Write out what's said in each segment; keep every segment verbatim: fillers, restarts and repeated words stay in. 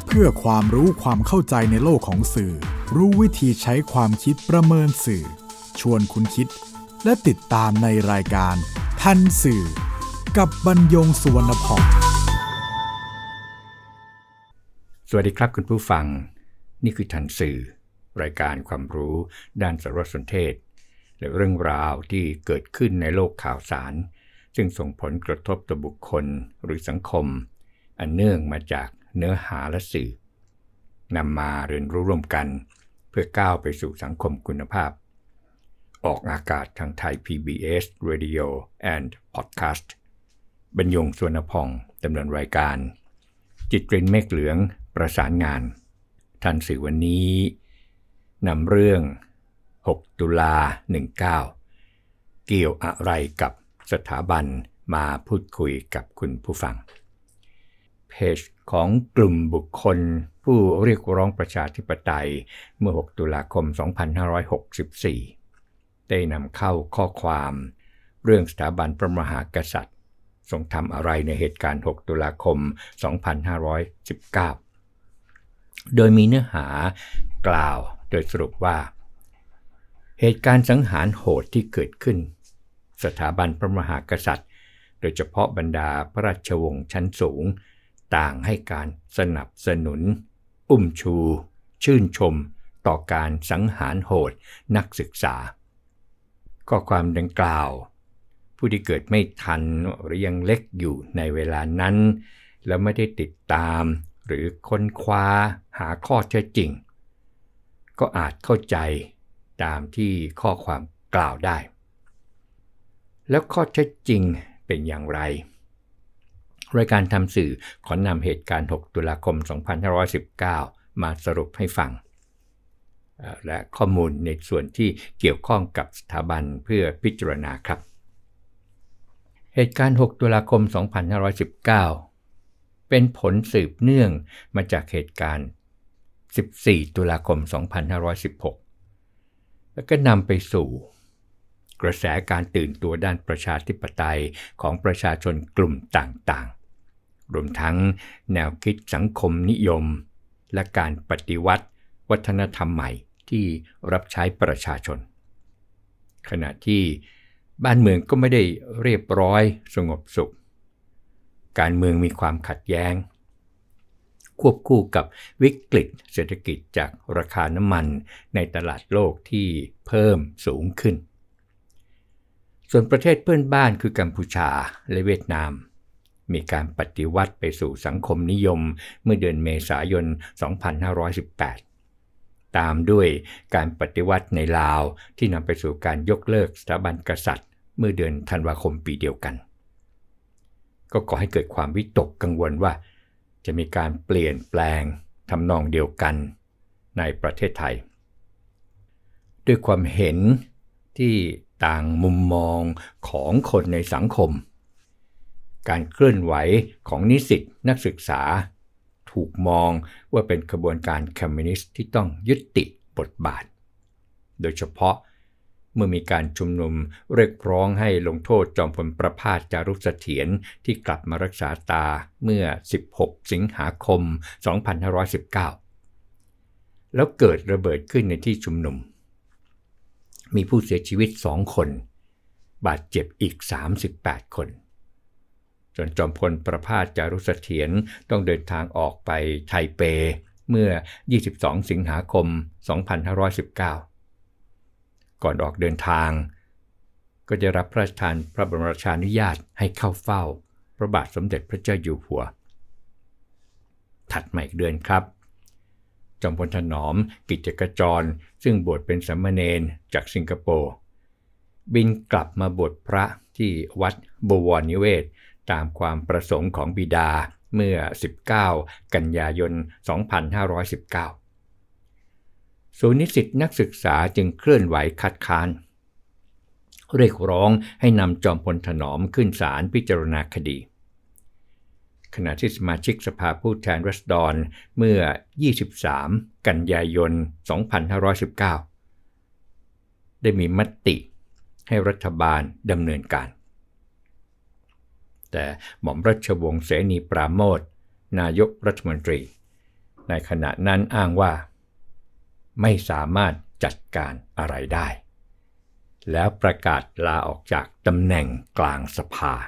เพื่อความรู้ความเข้าใจในโลกของสื่อรู้วิธีใช้ความคิดประเมินสื่อชวนคุณคิดและติดตามในรายการทันสื่อกับบรรยงสุวรรณพรสวัสดีครับคุณผู้ฟังนี่คือทันสื่อรายการความรู้ด้านสารสนเทศและเรื่องราวที่เกิดขึ้นในโลกข่าวสารซึ่งส่งผลกระทบต่อบุคคลหรือสังคมอันเนื่องมาจากเนื้อหาและสื่อนำมาเรียนรู้ร่วมกันเพื่อก้าวไปสู่สังคมคุณภาพออกอากาศทางไทย พี บี เอส Radio and Podcast บรรยงสุวรรณพงษ์ดำเนินรายการจิตรินเมฆเหลืองประสานงานทันสื่อวันนี้นำเรื่องหกตุลาสิบเก้าเกี่ยวอะไรกับสถาบันมาพูดคุยกับคุณผู้ฟังเพจของกลุ่มบุคคลผู้เรียกร้องประชาธิปไตยเมื่อหกตุลาคมสองพันห้าร้อยหกสิบสี่ได้นำเข้าข้อความเรื่องสถาบันพระมหากษัตริย์ทรงทำอะไรในเหตุการณ์หกตุลาคมสองพันห้าร้อยสิบเก้าโดยมีเนื้อหากล่าวโดยสรุปว่าเหตุการณ์สังหารโหดที่เกิดขึ้นสถาบันพระมหากษัตริย์โดยเฉพาะบรรดาพระราชวงศ์ชั้นสูงต่างให้การสนับสนุนอุ้มชูชื่นชมต่อการสังหารโหดนักศึกษาข้อความดังกล่าวผู้ที่เกิดไม่ทันหรือยังเล็กอยู่ในเวลานั้นแล้วไม่ได้ติดตามหรือค้นคว้าหาข้อเท็จจริงก็อาจเข้าใจตามที่ข้อความกล่าวได้แล้วข้อเท็จจริงเป็นอย่างไรรายการทำสื่อขอนำเหตุการณ์หกตุลาคมสองพันห้าร้อยสิบเก้ามาสรุปให้ฟังและข้อมูลในส่วนที่เกี่ยวข้องกับสถาบันเพื่อพิจารณาครับเหตุการณ์หกตุลาคมสองพันห้าร้อยสิบเก้าเป็นผลสืบเนื่องมาจากเหตุการณ์สิบสี่ตุลาคมสองพันห้าร้อยสิบหกแล้วก็นำไปสู่กระแสการตื่นตัวด้านประชาธิปไตยของประชาชนกลุ่มต่างๆรวมทั้งแนวคิดสังคมนิยมและการปฏิวัติวัฒนธรรมใหม่ที่รับใช้ประชาชนขณะที่บ้านเมืองก็ไม่ได้เรียบร้อยสงบสุขการเมืองมีความขัดแย้งควบคู่กับวิกฤตเศรษฐกิจจากราคาน้ำมันในตลาดโลกที่เพิ่มสูงขึ้นส่วนประเทศเพื่อนบ้านคือกัมพูชาและเวียดนามมีการปฏิวัติไปสู่สังคมนิยมเมื่อเดือนเมษายนสองพันห้าร้อยสิบแปดตามด้วยการปฏิวัติในลาวที่นำไปสู่การยกเลิกสถาบันกษัตริย์เมื่อเดือนธันวาคมปีเดียวกันก็ก่อให้เกิดความวิตกกังวลว่าจะมีการเปลี่ยนแปลงทำนองเดียวกันในประเทศไทยด้วยความเห็นที่ต่างมุมมองของคนในสังคมการเคลื่อนไหวของนิสิตนักศึกษาถูกมองว่าเป็นขบวนการคอมมิวนิสต์ที่ต้องยุติบทบาทโดยเฉพาะเมื่อมีการชุมนุมเรียกร้องให้ลงโทษจอมพลประภาสจารุเสถียรที่กลับมารักษาตาเมื่อสิบหกสิงหาคมสองพันห้าร้อยสิบเก้าแล้วเกิดระเบิดขึ้นในที่ชุมนุมมีผู้เสียชีวิตสองคนบาดเจ็บอีกสามสิบแปดคนจนจอมพลประภาสจารุเสถียรต้องเดินทางออกไปไทเปเมื่อยี่สิบสองสิงหาคมสองพันห้าร้อยสิบเก้าก่อนออกเดินทางก็จะรับพระราชทานพระบรมราชานุญาตให้เข้าเฝ้าพระบาทสมเด็จพระเจ้าอยู่หัวถัดมาอีกเดือนครับจอมพลถนอมกิจกจรซึ่งบวชเป็นสามเณรจากสิงคโปร์บินกลับมาบวชพระที่วัดบวรนิเวศตามความประสงค์ของบิดาเมื่อสิบเก้ากันยายนสองพันห้าร้อยสิบเก้าศูนย์นิสิตนักศึกษาจึงเคลื่อนไหวคัดค้านเรียกร้องให้นำจอมพลถนอมขึ้นศาลพิจารณาคดีขณะที่สมาชิกสภาผู้แทนราษฎรเมื่อยี่สิบสามกันยายนสองพันห้าร้อยสิบเก้าได้มีมติให้รัฐบาลดำเนินการแต่หม่อมราชวงศ์เสนีปราโมชนายกรัฐมนตรีในขณะนั้นอ้างว่าไม่สามารถจัดการอะไรได้แล้วประกาศลาออกจากตำแหน่งกลางสภา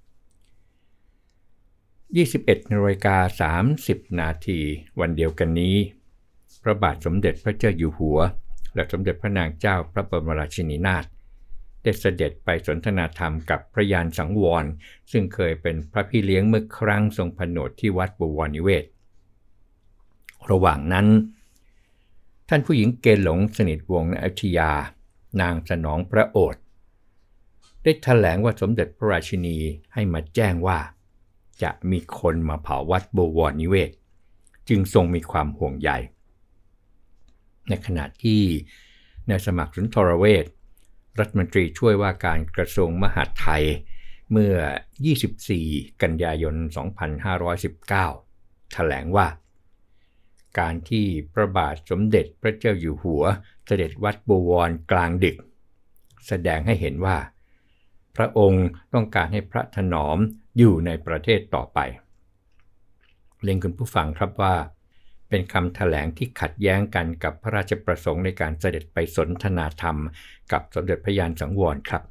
ยี่สิบเอ็ดนาฬิกาสามสิบนาทีวันเดียวกันนี้พระบาทสมเด็จพระเจ้าอยู่หัวและสมเด็จพระนางเจ้าพระบรมราชินีนาถได้เสด็จไปสนทนาธรรมกับพระยานสังวรซึ่งเคยเป็นพระพี่เลี้ยงเมื่อครั้งทรงผนวดที่วัดบวรนิเวศระหว่างนั้นท่านผู้หญิงเกหลงสนิทวงศ์ณอยุธยานางสนองพระโอษฐ์ได้แถลงว่าสมเด็จพระราชินีให้มาแจ้งว่าจะมีคนมาเผาวัดบวรนิเวศจึงทรงมีความห่วงใยในขณะที่นายสมัครสุนทรเวชรัฐมนตรีช่วยว่าการกระทรวงมหาดไทยเมื่อยี่สิบสี่กันยายนสองพันห้าร้อยสิบเก้าแถลงว่าการที่พระบาทสมเด็จพระเจ้าอยู่หัวเสด็จวัดบวรกลางดึกแสดงให้เห็นว่าพระองค์ต้องการให้พระถนอมอยู่ในประเทศต่อไปเรียนคุณผู้ฟังครับว่าเป็นคำแถลงที่ขัดแย้งกันกับพระราชประสงค์ในการเสด็จไปสนทนาธรรมกับสมเด็จพระยานสังวรครับ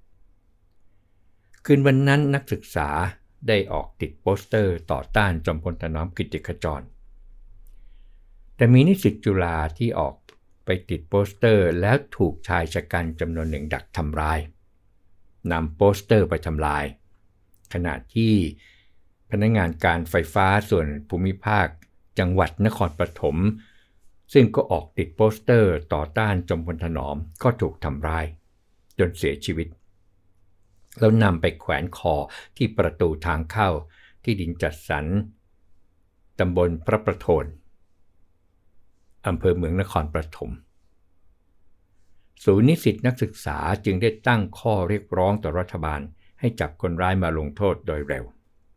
คืนวันนั้นนักศึกษาได้ออกติดโปสเตอร์ต่อต้านจอมพลถนอมกิตติขจรแต่มีนิสิตจุฬาที่ออกไปติดโปสเตอร์แล้วถูกชายชะกันจำนวนหนึ่งดักทำร้ายนำโปสเตอร์ไปทำลายขณะที่พนักงานการไฟฟ้าส่วนภูมิภาคจังหวัดนครปฐมซึ่งก็ออกติดโปสเตอร์ต่อต้านจอมพลถนอมก็ถูกทำร้ายจนเสียชีวิตแล้วนำไปแขวนคอที่ประตูทางเข้าที่ดินจัดสรรตำบลพระประโทนอำเภอเมืองนครปฐมศูนย์นิสิตนักศึกษาจึงได้ตั้งข้อเรียกร้องต่อรัฐบาลให้จับคนร้ายมาลงโทษโดยเร็ว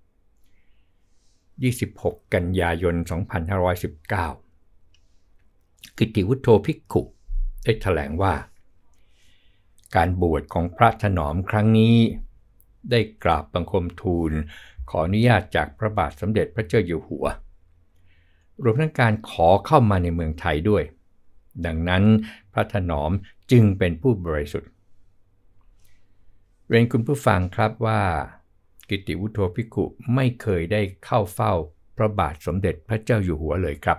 ยี่สิบหกกันยายนสองพันห้าร้อยสิบเก้ากิตติวุฒโธภิกขุได้แถลงว่าการบวชของพระถนอมครั้งนี้ได้กราบบังคมทูลขออนุญาตจากพระบาทสมเด็จพระเจ้าอยู่หัวรวมทั้งการขอเข้ามาในเมืองไทยด้วยดังนั้นพระถนอมจึงเป็นผู้บริสุทธิ์เรียนคุณผู้ฟังครับว่ากิตติวุฒโธภิกขุไม่เคยได้เข้าเฝ้าพระบาทสมเด็จพระเจ้าอยู่หัวเลยครับ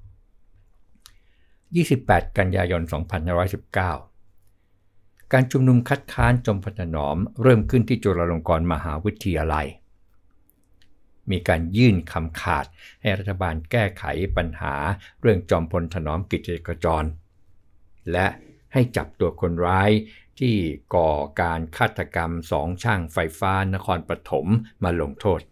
ยี่สิบแปดกันยายนสองพันห้าร้อยสิบเก้าการชุมนุมคัดค้านจอมพลถนอมเริ่มขึ้นที่จุฬาลงกรณ์มหาวิทยาลัยมีการยื่นคำขาดให้รัฐบาลแก้ไขปัญหาเรื่องจอมพลถนอมกิตติขจรและให้จับตัวคนร้ายที่ก่อการฆาตกรรมสองช่างไฟฟ้านครปฐมมาลงโทษ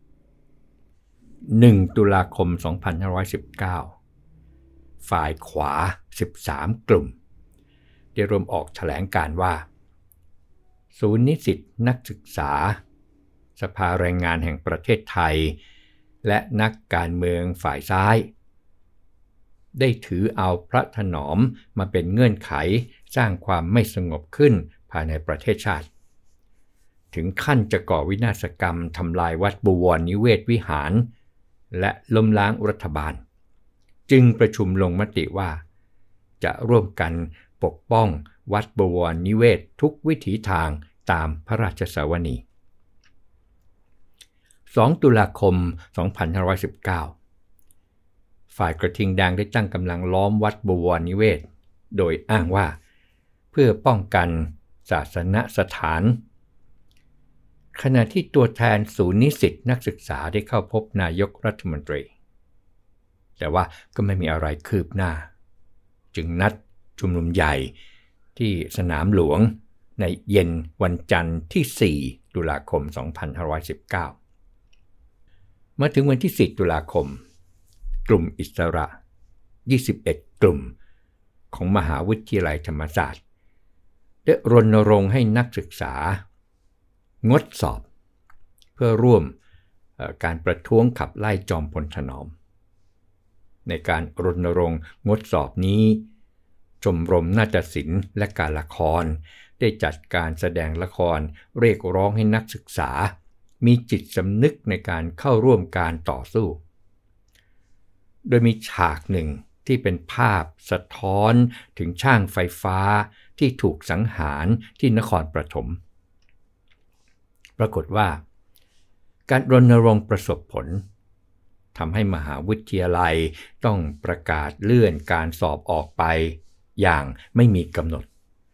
หนึ่งตุลาคมสองพันห้าร้อยสิบเก้าฝ่ายขวาสิบสามกลุ่มได้รวมออกแถลงการว่าศูนย์นิสิตนักศึกษาสภาแรงงานแห่งประเทศไทยและนักการเมืองฝ่ายซ้ายได้ถือเอาพระถนอมมาเป็นเงื่อนไขสร้างความไม่สงบขึ้นภายในประเทศชาติถึงขั้นจะก่อวินาศกรรมทำลายวัดบวรนิเวศวิหารและล้มล้างรัฐบาลจึงประชุมลงมติว่าจะร่วมกันปกป้องวัดบวรนิเวศทุกวิถีทางตามพระราชสวนีสองตุลาคมสองพันห้าร้อยสิบเก้าฝ่ายกระทิงแดงได้ตั้งกำลังล้อมวัดบวรนิเวศโดยอ้างว่าเพื่อป้องกันศาสนสถานขณะที่ตัวแทนศูนย์นิสิตนักศึกษาได้เข้าพบนายกรัฐมนตรีแต่ว่าก็ไม่มีอะไรคืบหน้าจึงนัดชุมนุมใหญ่ที่สนามหลวงในเย็นวันจันทร์ที่สี่ตุลาคมสองพันห้าร้อยสิบเก้ามาถึงวันที่สี่ตุลาคมกลุ่มอิสระยี่สิบเอ็ดกลุ่มของมหาวิทยาลัยธรรมศาสตร์ได้รณรงค์ให้นักศึกษางดสอบเพื่อร่วมการประท้วงขับไล่จอมพลถนอมในการรณรงค์งดสอบนี้ชมรมนาฏศิลป์และการละครได้จัดการแสดงละครเรียกร้องให้นักศึกษามีจิตสำนึกในการเข้าร่วมการต่อสู้โดยมีฉากหนึ่งที่เป็นภาพสะท้อนถึงช่างไฟฟ้าที่ถูกสังหารที่นครปฐมปรากฏว่าการรณรงค์ประสบผลทำให้มหาวิทยาลัยต้องประกาศเลื่อนการสอบออกไปอย่างไม่มีกำหนด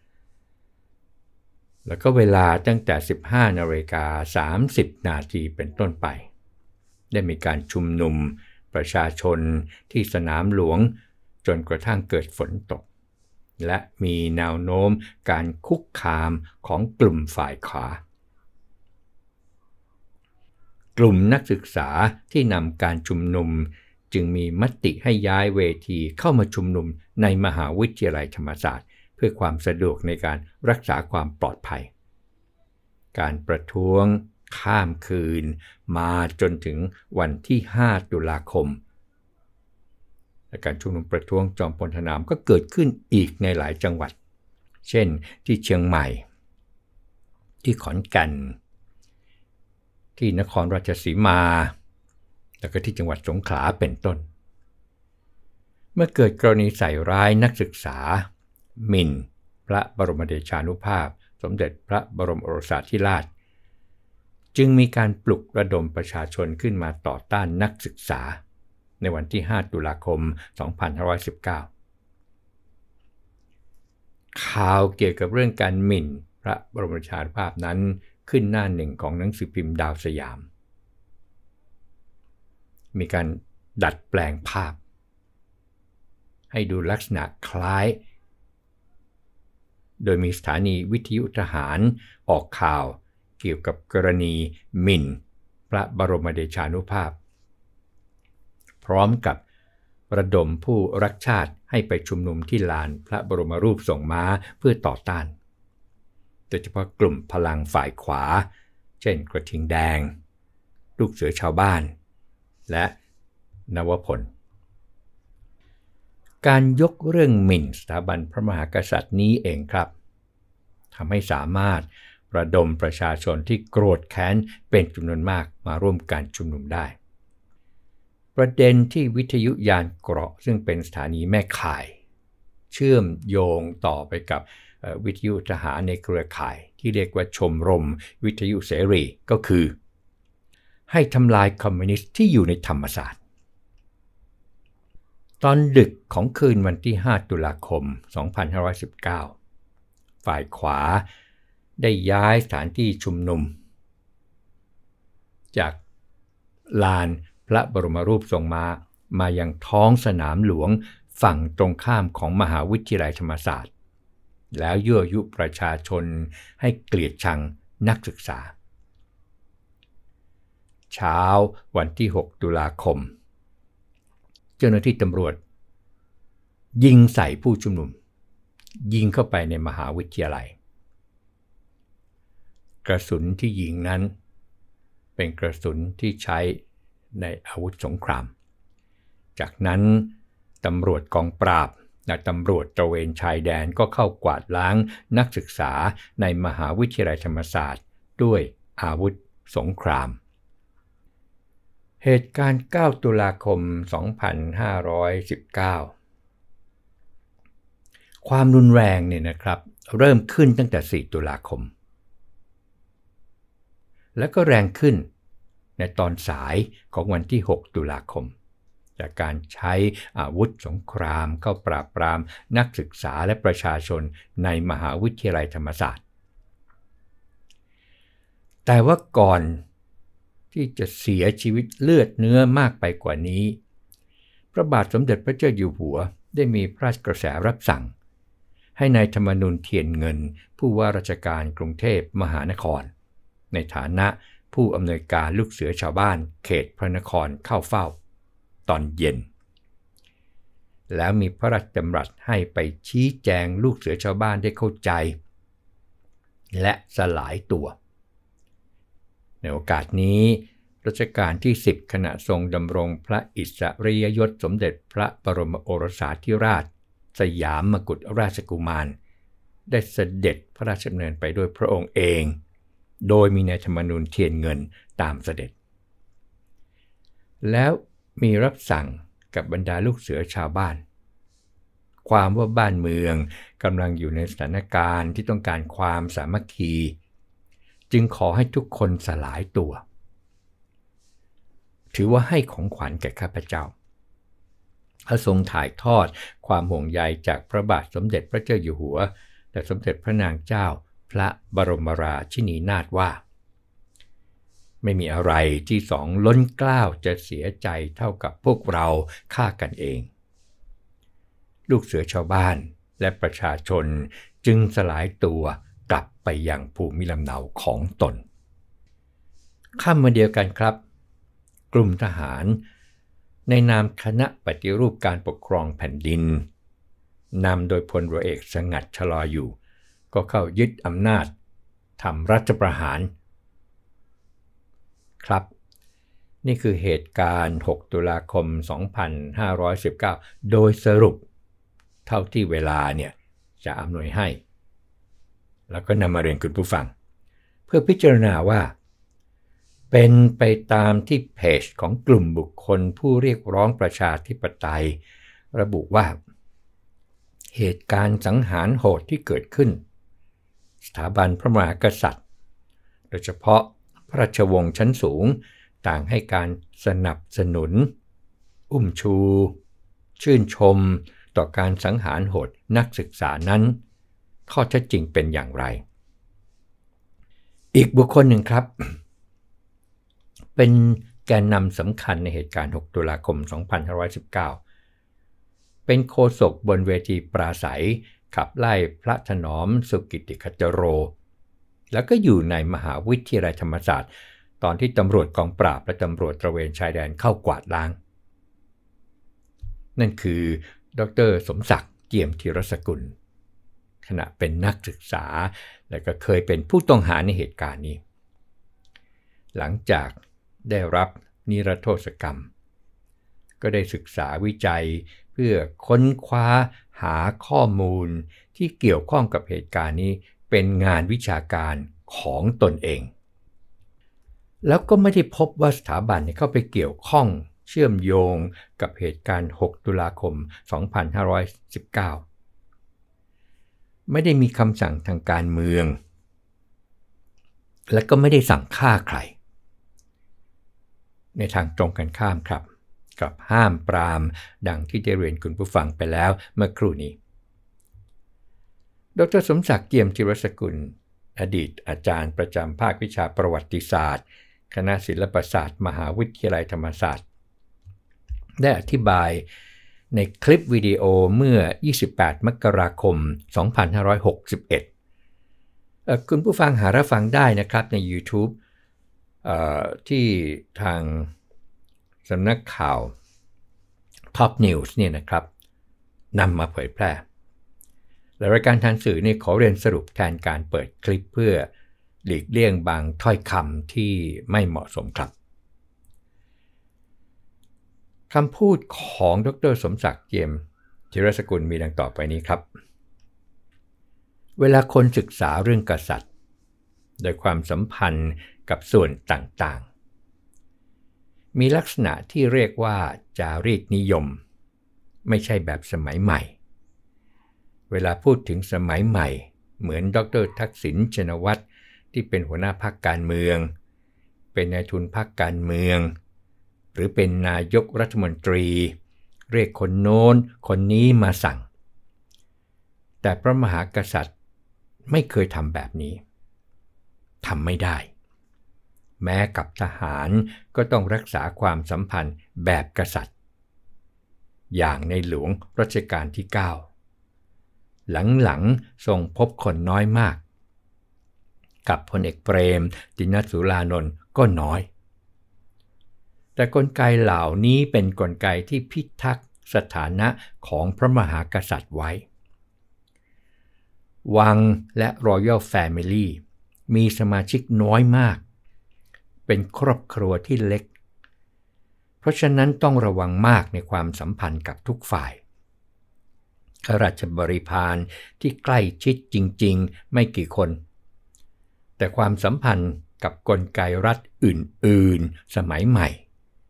แล้วก็เวลาตั้งแต่ สิบห้านาฬิกาสามสิบนาทีเป็นต้นไปได้มีการชุมนุมประชาชนที่สนามหลวงจนกระทั่งเกิดฝนตกและมีแนวโน้มการคุกคามของกลุ่มฝ่ายขวากลุ่มนักศึกษาที่นำการชุมนุมจึงมีมติให้ย้ายเวทีเข้ามาชุมนุมในมหาวิทยาลัยธรรมศาสตร์เพื่อความสะดวกในการรักษาความปลอดภัยการประท้วงข้ามคืนมาจนถึงวันที่ห้าตุลาคมและการชุมนุมประท้วงจอมพลถนอมก็เกิดขึ้นอีกในหลายจังหวัดเช่นที่เชียงใหม่ที่ขอนแก่นที่นครราชสีมาแล้วก็ที่จังหวัดสงขลาเป็นต้นเมื่อเกิดกรณีใส่ร้ายนักศึกษาหมิ่นพระบรมเดชานุภาพสมเด็จพระบรมโอรสาธิราชจึงมีการปลุกระดมประชาชนขึ้นมาต่อต้านนักศึกษาในวันที่ห้าตุลาคมสองพันห้าร้อยสิบเก้าข่าวเกี่ยวกับเรื่องการหมิ่นพระบรมเดชานุภาพนั้นขึ้นหน้าหนึ่งของหนังสือพิมพ์ดาวสยามมีการดัดแปลงภาพให้ดูลักษณะคล้ายโดยมีสถานีวิทยุทหารออกข่าวเกี่ยวกับกรณีหมิ่นพระบรมเดชานุภาพพร้อมกับระดมผู้รักชาติให้ไปชุมนุมที่ลานพระบรมรูปทรงม้าเพื่อต่อต้านโดยเฉพาะกลุ่มพลังฝ่ายขวาเช่นกระทิงแดงลูกเสือชาวบ้านและนวพลการยกเรื่องหมิ่นสถาบันพระมหากษัตริย์นี้เองครับทำให้สามารถระดมประชาชนที่โกรธแค้นเป็นจำนวนมากมาร่วมการชุมนุมได้ประเด็นที่วิทยุยานเกราะซึ่งเป็นสถานีแม่ข่ายเชื่อมโยงต่อไปกับวิทยุทหารในเครือข่ายที่เรียกว่าชมรมวิทยุเสรีก็คือให้ทำลายคอมมิวนิสต์ที่อยู่ในธรรมศาสตร์ตอนดึกของคืนวันที่ห้าตุลาคมสองพันห้าร้อยสิบเก้าฝ่ายขวาได้ย้ายสถานที่ชุมนุมจากลานพระบรมรูปทรงม้ามายังท้องสนามหลวงฝั่งตรงข้ามของมหาวิทยาลัยธรรมศาสตร์แล้วยั่วยุประชาชนให้เกลียดชังนักศึกษาเช้าวันที่หกตุลาคมเจ้าหน้าที่ตำรวจยิงใส่ผู้ชุมนุมยิงเข้าไปในมหาวิทยาลัยกระสุนที่ยิงนั้นเป็นกระสุนที่ใช้ในอาวุธสงครามจากนั้นตำรวจกองปราบและตำรวจตระเวนชายแดนก็เข้ากวาดล้างนักศึกษาในมหาวิทยาลัยธรรมศาสตร์ด้วยอาวุธสงครามเหตุการณ์เก้าตุลาคมสองพันห้าร้อยสิบเก้าความรุนแรงเนี่ยนะครับเริ่มขึ้นตั้งแต่สี่ตุลาคมแล้วก็แรงขึ้นในตอนสายของวันที่หกตุลาคมจากการใช้อาวุธสงครามเข้าปราบปรามนักศึกษาและประชาชนในมหาวิทยาลัยธรรมศาสตร์แต่ว่าก่อนที่จะเสียชีวิตเลือดเนื้อมากไปกว่านี้พระบาทสมเด็จพระเจ้าอยู่หัวได้มีพระราชกระแสรับสั่งให้นายธรรมนูญเทียนเงินผู้ว่าราชการกรุงเทพมหานครในฐานะผู้อำนวยการลูกเสือชาวบ้านเขตพระนครเข้าเฝ้าตอนเย็นแล้วมีพระราชดำรัสให้ไปชี้แจงลูกเสือชาวบ้านได้เข้าใจและสลายตัวในโอกาสนี้รัชกาลที่สิบขณะทรงดำรงพระอิสริยยศสมเด็จพระบรมโอรสาธิราชสยามมกุฎราชกุมารได้เสด็จพระราชดำเนินไปด้วยพระองค์เองโดยมีนายธรรมนูญเทียนเงินตามเสด็จแล้วมีรับสั่งกับบรรดาลูกเสือชาวบ้านความว่าบ้านเมืองกำลังอยู่ในสถานการณ์ที่ต้องการความสามัคคีจึงขอให้ทุกคนสลายตัวถือว่าให้ของขวัญแก่ข้าพเจ้าพระทรงถ่ายทอดความห่วงใยจากพระบาทสมเด็จพระเจ้าอยู่หัวและสมเด็จพระนางเจ้าพระบรมราชินีนาถว่าไม่มีอะไรที่สองล้นเกล้าจะเสียใจเท่ากับพวกเราฆ่ากันเองลูกเสือชาวบ้านและประชาชนจึงสลายตัวกลับไปยังภูมิลำเนาของตนค่ำวันเดียวกันครับกลุ่มทหารในนามคณะปฏิรูปการปกครองแผ่นดินนำโดยพลเรือเอกสงัดชลออยู่ก็เข้ายึดอำนาจทำรัฐประหารครับนี่คือเหตุการณ์หกตุลาคมสองพันห้าร้อยสิบเก้าโดยสรุปเท่าที่เวลาเนี่ยจะอำนวยให้แล้วก็นำมาเรียนคุณผู้ฟังเพื่อพิจารณาว่าเป็นไปตามที่เพจของกลุ่มบุคคลผู้เรียกร้องประชาธิปไตยระบุว่าเหตุการณ์สังหารโหดที่เกิดขึ้นสถาบันพระมหากษัตริย์โดยเฉพาะพระราชวงศ์ชั้นสูงต่างให้การสนับสนุนอุ้มชูชื่นชมต่อการสังหารโหดนักศึกษานั้นข้อเท็จจริงเป็นอย่างไรอีกบุคคลหนึ่งครับเป็นแกนนำสำคัญในเหตุการณ์หกตุลาคมสองพันห้าร้อยสิบเก้าเป็นโฆษกบนเวทีปราศัยขับไล่พระถนอมสุกิติขจโรแล้วก็อยู่ในมหาวิทยาลัยธรรมศาสตร์ตอนที่ตำรวจกองปราบและตำรวจตระเวนชายแดนเข้ากวาดล้างนั่นคือดร.สมศักดิ์เจียมธีรสกุลขณะเป็นนักศึกษาและก็เคยเป็นผู้ต้องหาในเหตุการณ์นี้หลังจากได้รับนิรโทษกรรมก็ได้ศึกษาวิจัยเพื่อค้นคว้าหาข้อมูลที่เกี่ยวข้องกับเหตุการณ์นี้เป็นงานวิชาการของตนเองแล้วก็ไม่ได้พบว่าสถาบันเข้าไปเกี่ยวข้องเชื่อมโยงกับเหตุการณ์หกตุลาคมสองพันห้าร้อยสิบเก้าไม่ได้มีคำสั่งทางการเมืองและก็ไม่ได้สั่งฆ่าใครในทางตรงกันข้ามครับกับห้ามปรามดังที่ได้เรียนคุณผู้ฟังไปแล้วเมื่อครู่นี้ดร.สมศักดิ์เจียมธีรสกุลอดีตอาจารย์ประจำภาควิชาประวัติศาสตร์คณะศิลปศาสตร์มหาวิทยาลัยธรรมศาสตร์ได้อธิบายในคลิปวิดีโอเมื่อยี่สิบแปดมกราคมสองพันห้าร้อยหกสิบเอ็ดเอ่อคุณผู้ฟังหารับฟังได้นะครับใน YouTube เอ่อที่ทางสำนักข่าว Top News เนี่ยนะครับนำมาเผยแพร่และรายการทันสื่อนี่ขอเรียนสรุปแทนการเปิดคลิปเพื่อหลีกเลี่ยงบางถ้อยคำที่ไม่เหมาะสมครับคำพูดของดร.สมศักดิ์เจียมธีรสกุลมีดังต่อไปนี้ครับเวลาคนศึกษาเรื่องกษัตริย์โดยความสัมพันธ์กับส่วนต่างๆมีลักษณะที่เรียกว่าจารีตนิยมไม่ใช่แบบสมัยใหม่เวลาพูดถึงสมัยใหม่เหมือนดร.ทักษิณชินวัตรที่เป็นหัวหน้าพรรคการเมืองเป็นนายทุนพรรคการเมืองหรือเป็นนายกรัฐมนตรีเรียกคนโน้นคนนี้มาสั่งแต่พระมหากษัตริย์ไม่เคยทำแบบนี้ทำไม่ได้แม้กับทหารก็ต้องรักษาความสัมพันธ์แบบกษัตริย์อย่างในหลวงรัชกาลที่เก้าหลังๆทรงพบคนน้อยมากกับพลเอกเปรมติณสุรานนท์ก็น้อยแต่กลไกเหล่านี้เป็นกลไกที่พิทักษ์สถานะของพระมหากษัตริย์ไว้วังและ Royal Family มีสมาชิกน้อยมากเป็นครอบครัวที่เล็กเพราะฉะนั้นต้องระวังมากในความสัมพันธ์กับทุกฝ่ายข้าราชบริพารที่ใกล้ชิดจริงๆไม่กี่คนแต่ความสัมพันธ์กับกลไกรัฐอื่นๆสมัยใหม่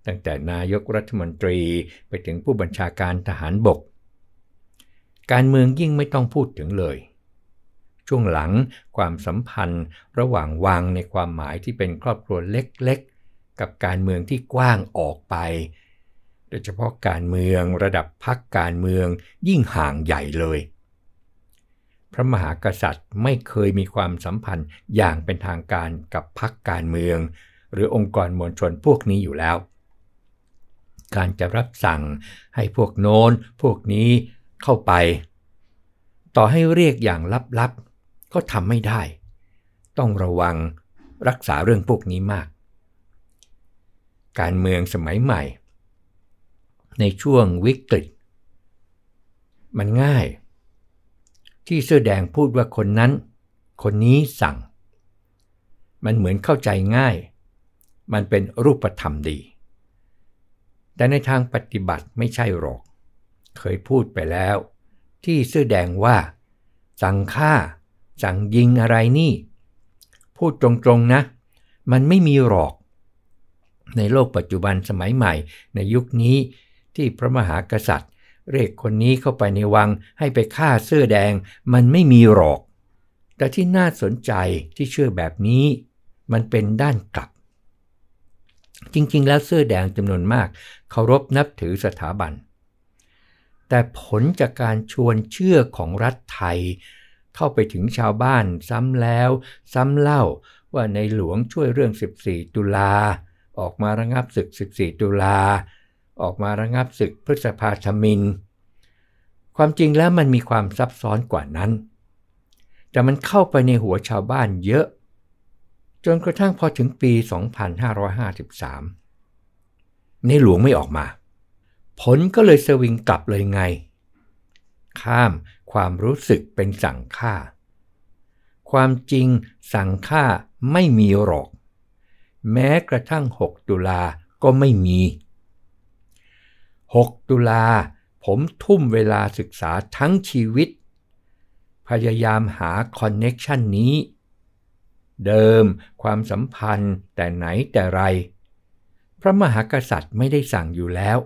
ตั้งแต่นายกรัฐมนตรีไปถึงผู้บัญชาการทหารบกการเมืองยิ่งไม่ต้องพูดถึงเลยช่วงหลังความสัมพันธ์ระหว่างวังในความหมายที่เป็นครอบครัวเล็กๆกับการเมืองที่กว้างออกไปโดยเฉพาะการเมืองระดับพรรคการเมืองยิ่งห่างใหญ่เลยพระมหากษัตริย์ไม่เคยมีความสัมพันธ์อย่างเป็นทางการกับพรรคการเมืองหรือองค์กรมวลชนพวกนี้อยู่แล้วการจะรับสั่งให้พวกโน้นพวกนี้เข้าไปต่อให้เรียกอย่างลับๆก็ทำไม่ได้ต้องระวังรักษาเรื่องพวกนี้มากการเมืองสมัยใหม่ในช่วงวิกฤตมันง่ายที่เสื้อแดงพูดว่าคนนั้นคนนี้สั่งมันเหมือนเข้าใจง่ายมันเป็นรูปธรรมดีแต่ในทางปฏิบัติไม่ใช่หรอกเคยพูดไปแล้วที่เสื้อแดงว่าสั่งฆ่าสั่งยิงอะไรนี่พูดตรงๆนะมันไม่มีหรอกในโลกปัจจุบันสมัยใหม่ในยุคนี้ที่พระมหากษัตริย์เรียกคนนี้เข้าไปในวังให้ไปฆ่าเสื้อแดงมันไม่มีหรอกแต่ที่น่าสนใจที่เชื่อแบบนี้มันเป็นด้านกลับจริงๆแล้วเสื้อแดงจำนวนมากเคารพนับถือสถาบันแต่ผลจากการชวนเชื่อของรัฐไทยเข้าไปถึงชาวบ้านซ้ำแล้วซ้ำเล่าว่าในหลวงช่วยเรื่องสิบสี่ตุลาออกมาระงับศึกสิบสี่ตุลาออกมาระงับศึกพฤษภาธมิฬความจริงแล้วมันมีความซับซ้อนกว่านั้นแต่มันเข้าไปในหัวชาวบ้านเยอะจนกระทั่งพอถึงปีสองพันห้าร้อยห้าสิบสามในหลวงไม่ออกมาผลก็เลยสวิงกลับเลยไงข้ามความรู้สึกเป็นสั่งฆ่าความจริงสั่งฆ่าไม่มีหรอกแม้กระทั่งหกตุลาก็ไม่มีหกตุลาผมทุ่มเวลาศึกษาทั้งชีวิตพยายามหาคอนเน็กชันนี้เดิมความสัมพันธ์แต่ไหนแต่ไรพระมหากษัตริย์ไม่ได้สั่งอยู่แล้ว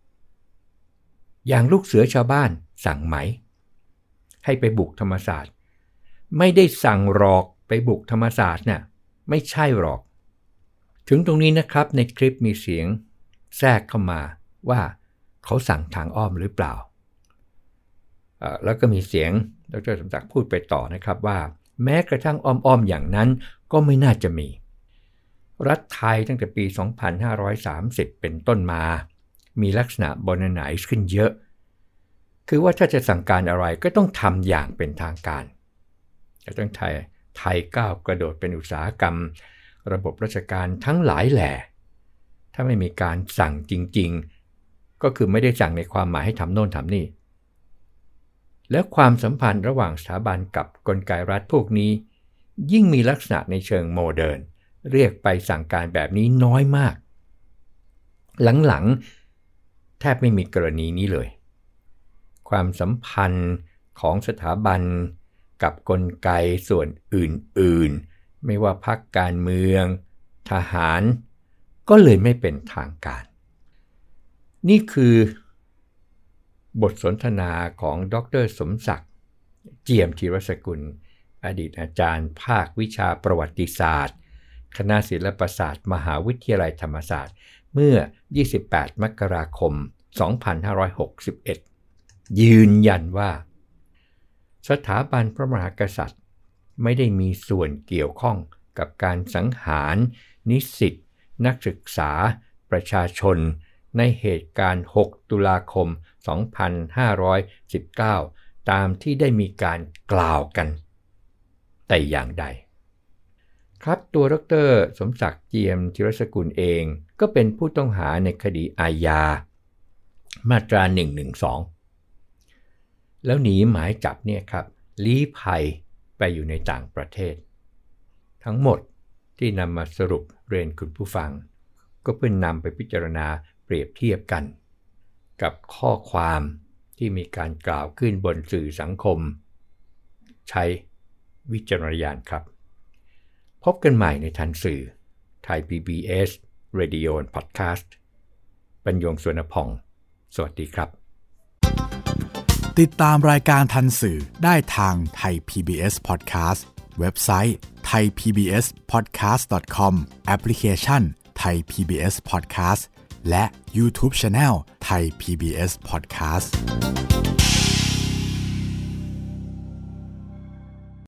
อย่างลูกเสือชาวบ้านสั่งไหมให้ไปบุกธรรมศาสตร์ไม่ได้สั่งหรอกไปบุกธรรมศาสตร์น่ะไม่ใช่หรอกถึงตรงนี้นะครับในคลิปมีเสียงแทรกเข้ามาว่าเขาสั่งทางอ้อมหรือเปล่าแล้วก็มีเสียงดร.สมศักดิ์พูดไปต่อนะครับว่าแม้กระทั่งอ้อมๆอย่างนั้นก็ไม่น่าจะมีรัฐไทยตั้งแต่ปีสองพันห้าร้อยสามสิบเป็นต้นมามีลักษณะบอลไนซ์ขึ้นเยอะคือว่าถ้าจะสั่งการอะไรก็ต้องทำอย่างเป็นทางการจะต้องไทยไทยก้าวกระโดดเป็นอุตสาหกรรมระบบราชการทั้งหลายแหล่ถ้าไม่มีการสั่งจริงๆก็คือไม่ได้สั่งในความหมายให้ทำโน่นทำนี่และความสัมพันธ์ระหว่างสถาบันกับกลไกรัฐพวกนี้ยิ่งมีลักษณะในเชิงโมเดิร์นเรียกไปสั่งการแบบนี้น้อยมากหลังๆแทบไม่มีกรณีนี้เลยความสัมพันธ์ของสถาบันกับกลไกส่วนอื่นๆไม่ว่าพรรคการเมืองทหารก็เลยไม่เป็นทางการนี่คือบทสนทนาของดร.สมศักดิ์เจียมธีรสกุลอดีตอาจารย์ภาควิชาประวัติศาสตร์คณะศิลปศาสตร์มหาวิทยาลัยธรรมศาสตร์เมื่อยี่สิบแปดมกราคมสองพันห้าร้อยหกสิบเอ็ดยืนยันว่าสถาบันพระมหากษัตริย์ไม่ได้มีส่วนเกี่ยวข้องกับการสังหารนิสิตนักศึกษาประชาชนในเหตุการณ์หกตุลาคมสองพันห้าร้อยสิบเก้าตามที่ได้มีการกล่าวกันแต่อย่างใดครับตัวดร.สมศักดิ์เจียมธีรสกุลเองก็เป็นผู้ต้องหาในคดีอาญามาตราหนึ่งหนึ่งสองแล้วหนีหมายจับเนี่ยครับลี้ภัยไปอยู่ในต่างประเทศทั้งหมดที่นำมาสรุปเรียนคุณผู้ฟังก็เพื่อนำไปพิจารณาเปรียบเทียบกันกับข้อความที่มีการกล่าวขึ้นบนสื่อสังคมใช้วิจารณญาณครับพบกันใหม่ในทันสื่อไทย พี บี เอส Radio and Podcast บรรยงสวนพองสวัสดีครับติดตามรายการทันสื่อได้ทางไทย พี บี เอส Podcast เว็บไซต์ ไทย พี บี เอส พอดแคสต์ ดอท คอม แอปพลิเคชัน Thai พี บี เอส Podcast และ YouTube Channel Thai พี บี เอส Podcast